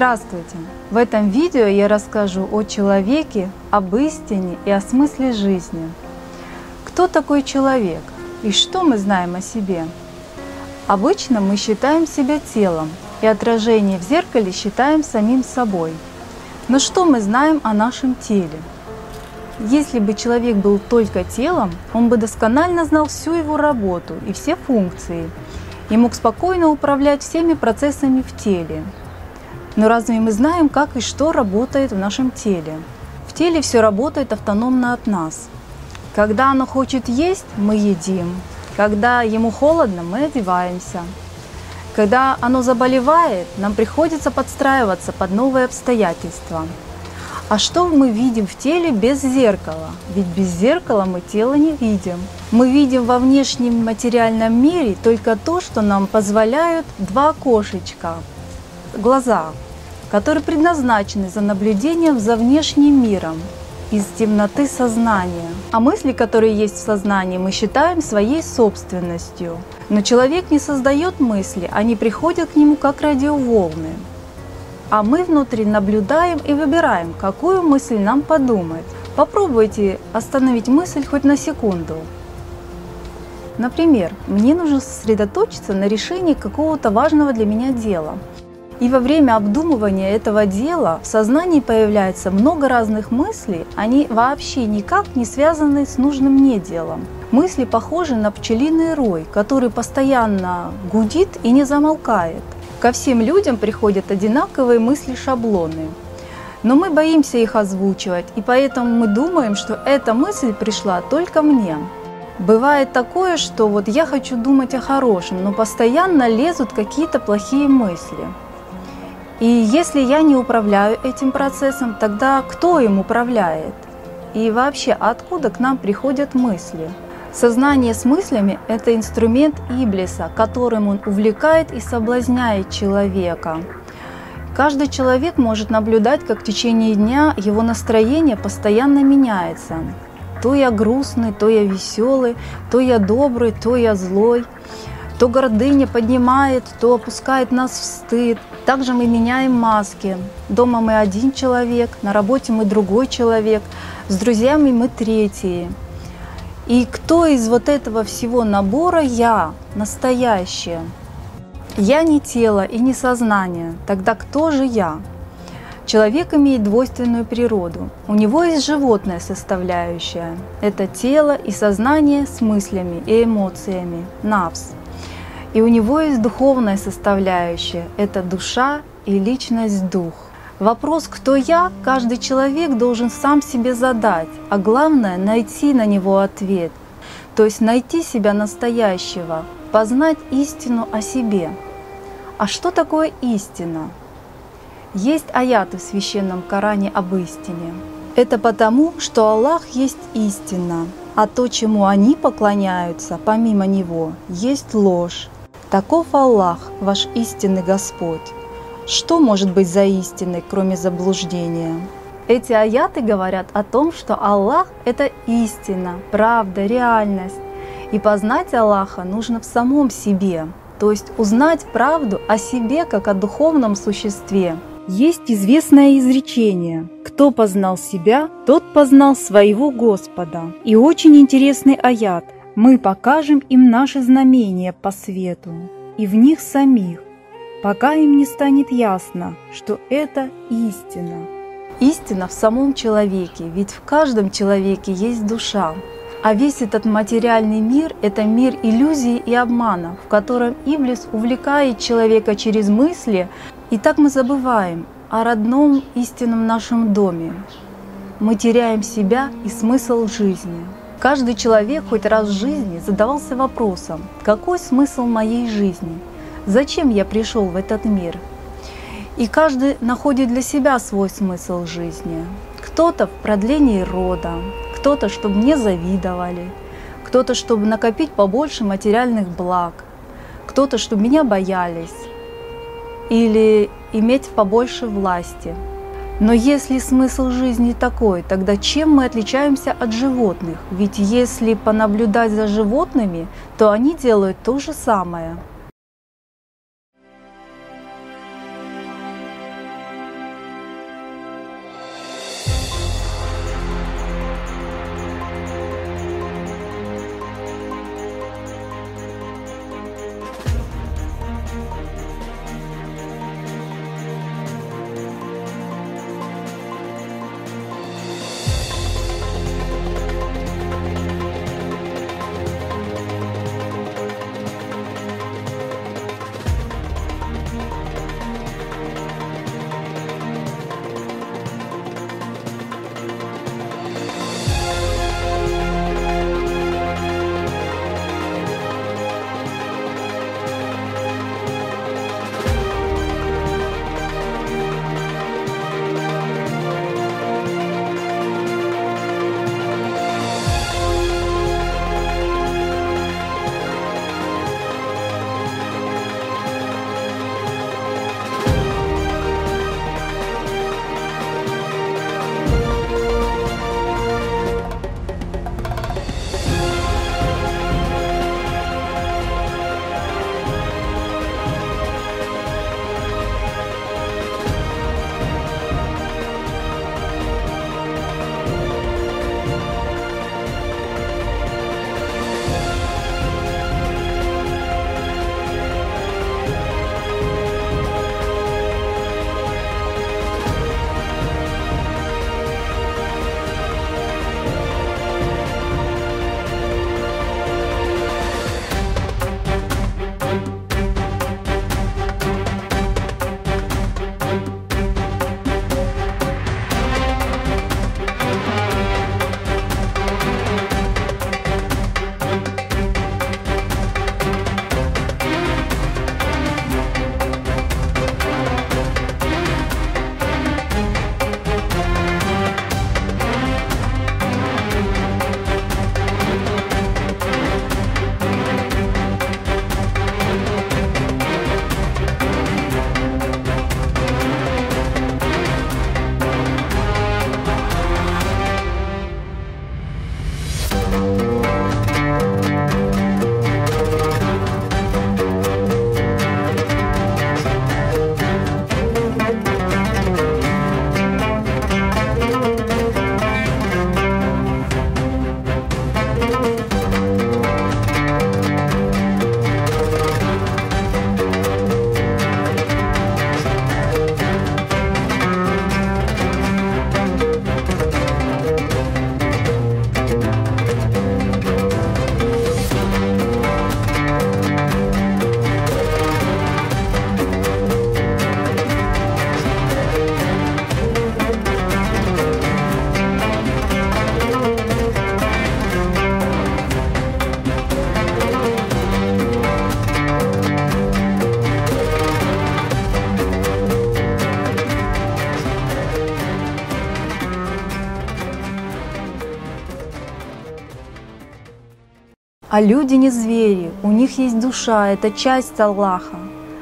Здравствуйте! В этом видео я расскажу о человеке, об истине и о смысле жизни. Кто такой человек и что мы знаем о себе? Обычно мы считаем себя телом и отражение в зеркале считаем самим собой. Но что мы знаем о нашем теле? Если бы человек был только телом, он бы досконально знал всю его работу и все функции и мог спокойно управлять всеми процессами в теле. Но разве мы знаем, как и что работает в нашем теле? В теле все работает автономно от нас. Когда оно хочет есть, мы едим. Когда ему холодно, мы одеваемся. Когда оно заболевает, нам приходится подстраиваться под новые обстоятельства. А что мы видим в теле без зеркала? Ведь без зеркала мы тело не видим. Мы видим во внешнем материальном мире только то, что нам позволяют два окошечка – глаза, которые предназначены за наблюдением за внешним миром из темноты сознания. А мысли, которые есть в сознании, мы считаем своей собственностью. Но человек не создает мысли, они приходят к нему как радиоволны. А мы внутри наблюдаем и выбираем, какую мысль нам подумать. Попробуйте остановить мысль хоть на секунду. Например, мне нужно сосредоточиться на решении какого-то важного для меня дела. И во время обдумывания этого дела в сознании появляется много разных мыслей, они вообще никак не связаны с нужным мне делом. Мысли похожи на пчелиный рой, который постоянно гудит и не замолкает. Ко всем людям приходят одинаковые мысли-шаблоны. Но мы боимся их озвучивать, и поэтому мы думаем, что эта мысль пришла только мне. Бывает такое, что вот я хочу думать о хорошем, но постоянно лезут какие-то плохие мысли. И если я не управляю этим процессом, тогда кто им управляет? И вообще, откуда к нам приходят мысли? Сознание с мыслями – это инструмент Иблиса, которым он увлекает и соблазняет человека. Каждый человек может наблюдать, как в течение дня его настроение постоянно меняется. То я грустный, то я веселый, то я добрый, то я злой. То гордыня поднимает, то опускает нас в стыд. Также мы меняем маски. Дома мы один человек, на работе мы другой человек, с друзьями мы третий. И кто из вот этого всего набора я, настоящее? Я не тело и не сознание. Тогда кто же я? Человек имеет двойственную природу. У него есть животная составляющая. Это тело и сознание с мыслями и эмоциями, навс. И у него есть духовная составляющая – это душа и личность дух. Вопрос «кто я?» каждый человек должен сам себе задать, а главное – найти на него ответ. То есть найти себя настоящего, познать истину о себе. А что такое истина? Есть аяты в Священном Коране об истине. Это потому, что Аллах есть истина, а то, чему они поклоняются, помимо Него, есть ложь. Таков Аллах, ваш истинный Господь. Что может быть за истиной, кроме заблуждения? Эти аяты говорят о том, что Аллах – это истина, правда, реальность. И познать Аллаха нужно в самом себе, то есть узнать правду о себе как о духовном существе. Есть известное изречение: «Кто познал себя, тот познал своего Господа». И очень интересный аят: «Мы покажем им наши знамения по свету, и в них самих, пока им не станет ясно, что это истина». Истина в самом человеке, ведь в каждом человеке есть душа. А весь этот материальный мир – это мир иллюзий и обмана, в котором Иблис увлекает человека через мысли, и так мы забываем о родном истинном нашем доме. Мы теряем себя и смысл жизни. Каждый человек хоть раз в жизни задавался вопросом: какой смысл моей жизни? Зачем я пришел в этот мир? И каждый находит для себя свой смысл жизни. Кто-то в продлении рода, кто-то, чтобы не завидовали, кто-то, чтобы накопить побольше материальных благ, кто-то, чтобы меня боялись, или иметь побольше власти. Но если смысл жизни такой, тогда чем мы отличаемся от животных? Ведь если понаблюдать за животными, то они делают то же самое. А люди не звери, у них есть душа, это часть Аллаха.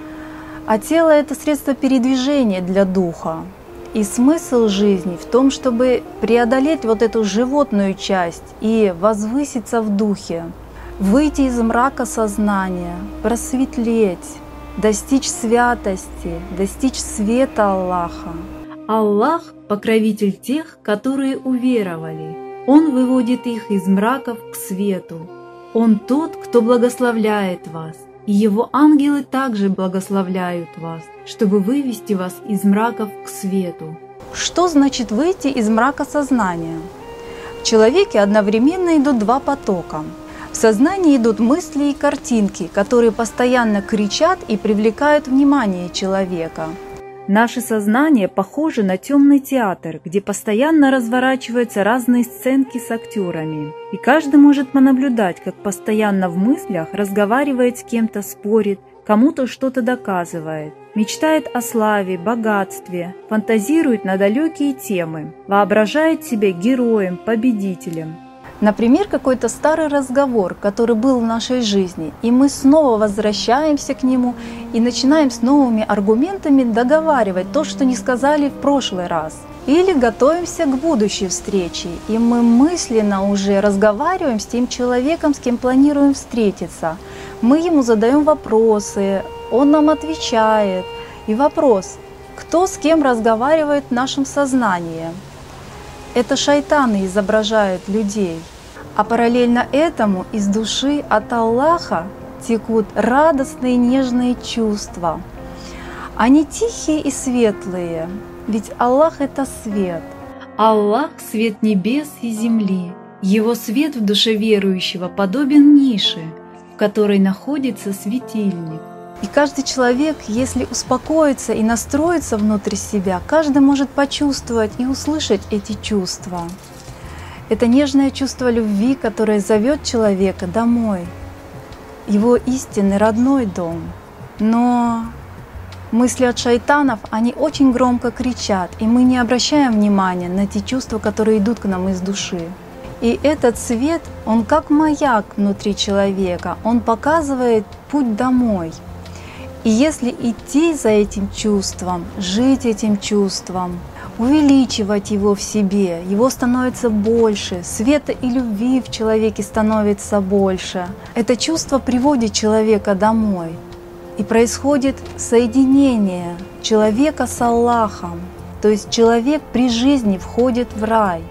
А тело — это средство передвижения для духа. И смысл жизни в том, чтобы преодолеть вот эту животную часть и возвыситься в духе, выйти из мрака сознания, просветлеть, достичь святости, достичь света Аллаха. Аллах — покровитель тех, которые уверовали. Он выводит их из мраков к свету. Он тот, кто благословляет вас, и Его ангелы также благословляют вас, чтобы вывести вас из мраков к свету. Что значит выйти из мрака сознания? В человеке одновременно идут два потока. В сознании идут мысли и картинки, которые постоянно кричат и привлекают внимание человека. Наше сознание похоже на темный театр, где постоянно разворачиваются разные сценки с актерами. И каждый может понаблюдать, как постоянно в мыслях разговаривает с кем-то, спорит, кому-то что-то доказывает, мечтает о славе, богатстве, фантазирует на далекие темы, воображает себя героем, победителем. Например, какой-то старый разговор, который был в нашей жизни, и мы снова возвращаемся к нему и начинаем с новыми аргументами договаривать то, что не сказали в прошлый раз. Или готовимся к будущей встрече, и мы мысленно уже разговариваем с тем человеком, с кем планируем встретиться. Мы ему задаем вопросы, он нам отвечает. И вопрос, кто с кем разговаривает в нашем сознании? Это шайтаны изображают людей. А параллельно этому из души от Аллаха текут радостные нежные чувства. Они тихие и светлые, ведь Аллах — это свет. Аллах — свет небес и земли. Его свет в душе верующего подобен нише, в которой находится светильник. И каждый человек, если успокоится и настроится внутрь себя, каждый может почувствовать и услышать эти чувства. Это нежное чувство любви, которое зовет человека домой, его истинный родной дом. Но мысли от шайтанов, они очень громко кричат, и мы не обращаем внимания на те чувства, которые идут к нам из души. И этот свет, он как маяк внутри человека, он показывает путь домой. И если идти за этим чувством, жить этим чувством, увеличивать его в себе, его становится больше, света и любви в человеке становится больше. Это чувство приводит человека домой. И происходит соединение человека с Аллахом. То есть человек при жизни входит в рай.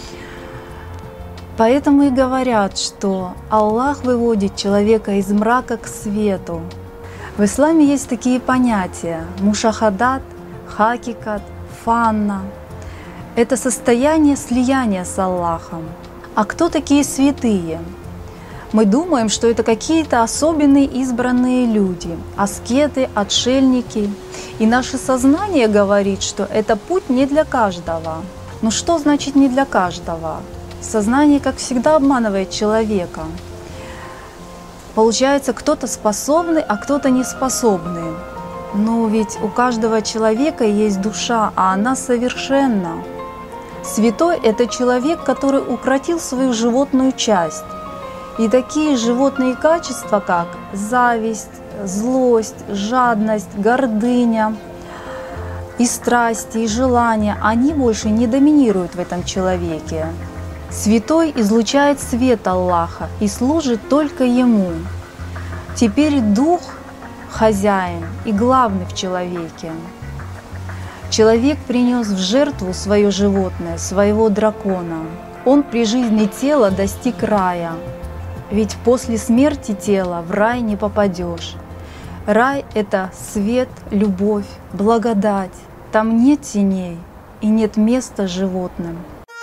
Поэтому и говорят, что Аллах выводит человека из мрака к свету. В исламе есть такие понятия: мушахадат, хакикат, фанна. Это состояние слияния с Аллахом. А кто такие святые? Мы думаем, что это какие-то особенные избранные люди, аскеты, отшельники. И наше сознание говорит, что это путь не для каждого. Но что значит не для каждого? Сознание, как всегда, обманывает человека. Получается, кто-то способный, а кто-то не способный. Но ведь у каждого человека есть душа, а она совершенна. Святой — это человек, который укротил свою животную часть. И такие животные качества, как зависть, злость, жадность, гордыня, и страсти, и желания, они больше не доминируют в этом человеке. Святой излучает свет Аллаха и служит только Ему. Теперь Дух — хозяин и главный в человеке. Человек принес в жертву свое животное, своего дракона. Он при жизни тела достиг рая. Ведь после смерти тела в рай не попадешь. Рай — это свет, любовь, благодать. Там нет теней и нет места животным.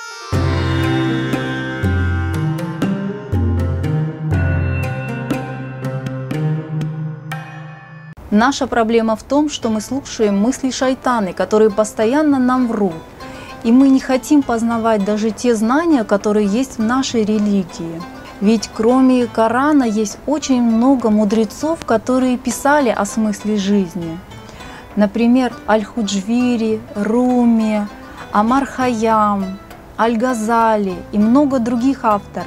Наша проблема в том, что мы слушаем мысли шайтаны, которые постоянно нам врут. И мы не хотим познавать даже те знания, которые есть в нашей религии. Ведь кроме Корана есть очень много мудрецов, которые писали о смысле жизни. Например, Аль-Худжвири, Руми, Амар Хайям, Аль-Газали и много других авторов.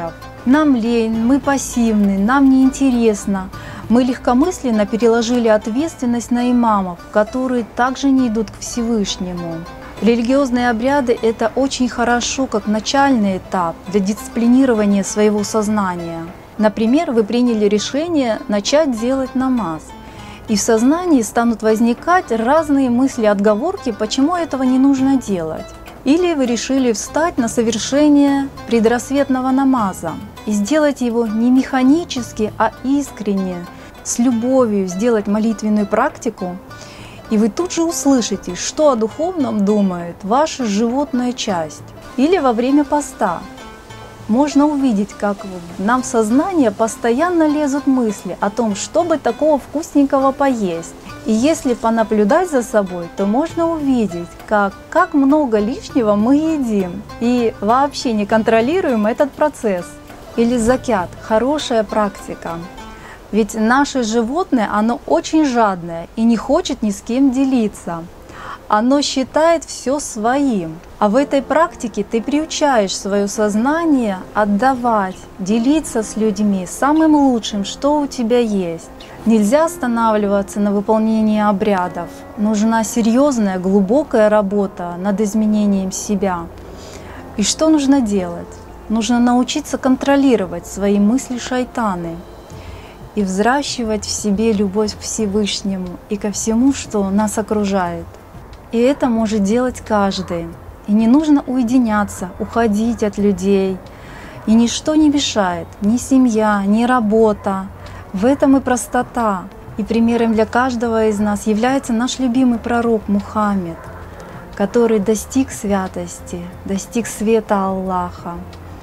Нам лень, мы пассивны, нам неинтересно. Мы легкомысленно переложили ответственность на имамов, которые также не идут к Всевышнему. Религиозные обряды — это очень хорошо как начальный этап для дисциплинирования своего сознания. Например, вы приняли решение начать делать намаз, и в сознании станут возникать разные мысли, отговорки, почему этого не нужно делать. Или вы решили встать на совершение предрассветного намаза и сделать его не механически, а искренне, с любовью сделать молитвенную практику, и вы тут же услышите, что о духовном думает ваша животная часть. Или во время поста можно увидеть, как нам в сознание постоянно лезут мысли о том, чтобы такого вкусненького поесть. И если понаблюдать за собой, то можно увидеть, как много лишнего мы едим и вообще не контролируем этот процесс. Или закят — хорошая практика. Ведь наше животное, оно очень жадное и не хочет ни с кем делиться. Оно считает все своим. А в этой практике ты приучаешь свое сознание отдавать, делиться с людьми самым лучшим, что у тебя есть. Нельзя останавливаться на выполнении обрядов. Нужна серьезная, глубокая работа над изменением себя. И что нужно делать? Нужно научиться контролировать свои мысли-шайтаны и взращивать в себе любовь к Всевышнему и ко всему, что нас окружает. И это может делать каждый. И не нужно уединяться, уходить от людей. И ничто не мешает, ни семья, ни работа. В этом и простота. И примером для каждого из нас является наш любимый пророк Мухаммед, который достиг святости, достиг света Аллаха.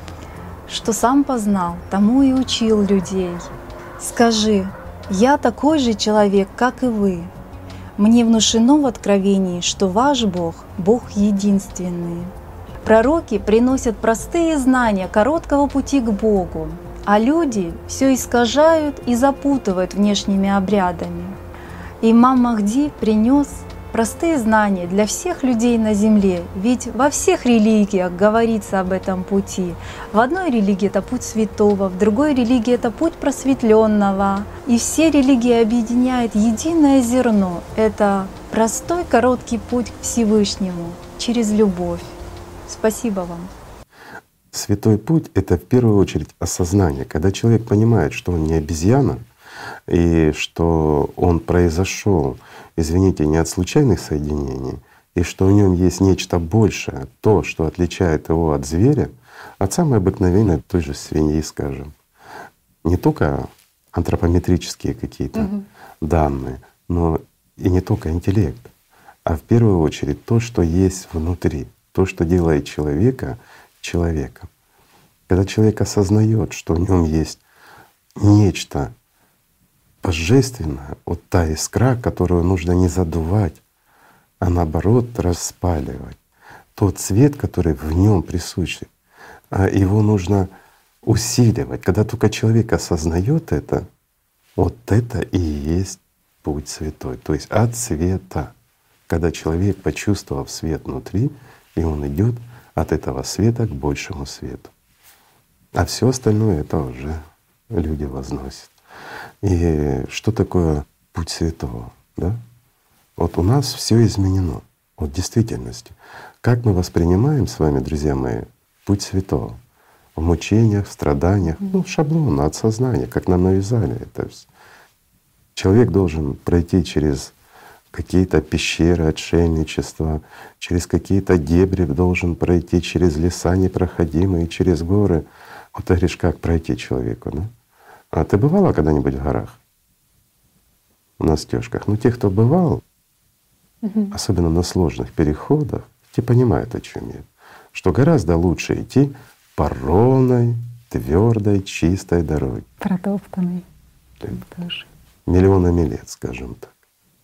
Что сам познал, тому и учил людей. Скажи: я такой же человек, как и вы. Мне внушено в откровении, что ваш Бог — Бог единственный. Пророки приносят простые знания короткого пути к Богу, а люди все искажают и запутывают внешними обрядами. Имам Махди принес простые знания для всех людей на земле, ведь во всех религиях говорится об этом пути. В одной религии это путь святого, в другой религии это путь просветленного. И все религии объединяет единое зерно — это простой короткий путь к Всевышнему через любовь. Спасибо вам. Святой путь — это в первую очередь осознание, когда человек понимает, что он не обезьяна и что он произошел, извините, не от случайных соединений, и что в нем есть нечто большее, то, что отличает его от зверя, от самой обыкновенной той же свиньи, скажем. Не только антропометрические какие-то данные, но и не только интеллект, а в первую очередь то, что есть внутри, то, что делает человека человеком. Когда человек осознает, что в нем есть нечто божественное, вот та искра, которую нужно не задувать, а наоборот распаливать, тот свет, который в нем присущий, его нужно усиливать. Когда только человек осознает это, вот это и есть путь святой, то есть от света. Когда человек, почувствовав свет внутри, и он идет от этого света к большему свету. А все остальное — это уже люди возносят. И что такое путь святого? Да? Вот у нас все изменено от действительности. Как мы воспринимаем с вами, друзья мои, путь святого? В мучениях, в страданиях, шаблон от сознания, как нам навязали это все. Человек должен пройти через какие-то пещеры отшельничества, через какие-то дебри должен пройти, через леса непроходимые, через горы. Вот ты говоришь, как пройти человеку, да? А ты бывала когда-нибудь в горах? На стежках? Ну, те, кто бывал, особенно на сложных переходах, те понимают, о чем я. Что гораздо лучше идти по ровной, твердой, чистой дороге. Протоптанной. Тоже. Миллионами лет, скажем так.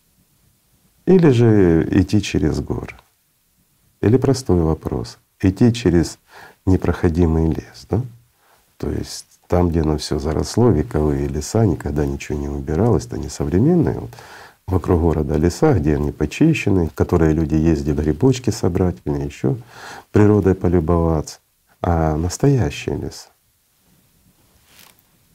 Или же идти через горы. Или простой вопрос — идти через непроходимый лес, да? То есть там, где оно все заросло, вековые леса, никогда ничего не убиралось, это не современные вот, вокруг города леса, где они почищены, в которые люди ездили грибочки собрать или еще природой полюбоваться, а настоящие леса.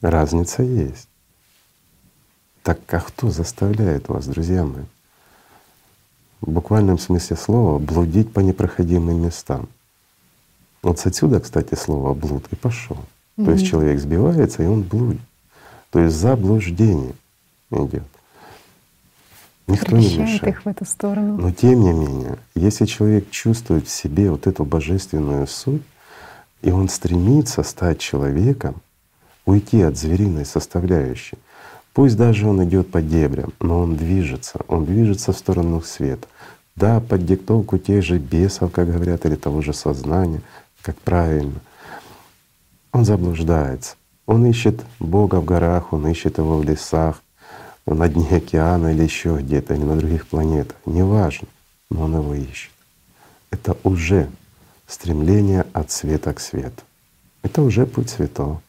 Разница есть. Так а кто заставляет вас, друзья мои, в буквальном смысле слова блудить по непроходимым местам? Вот отсюда, кстати, слово блуд и пошел. То есть человек сбивается, и он блудит. То есть заблуждение идет. Никто не мешает их в эту сторону. Но тем не менее, если человек чувствует в себе вот эту божественную суть, и он стремится стать человеком, уйти от звериной составляющей, пусть даже он идет по дебрям, но он движется в сторону света. Да, под диктовку тех же бесов, как говорят, или того же сознания, как правильно. Он заблуждается. Он ищет Бога в горах, он ищет Его в лесах, на дне океана или еще где-то, или на других планетах. Неважно, но он Его ищет. Это уже стремление от света к свету. Это уже путь святого.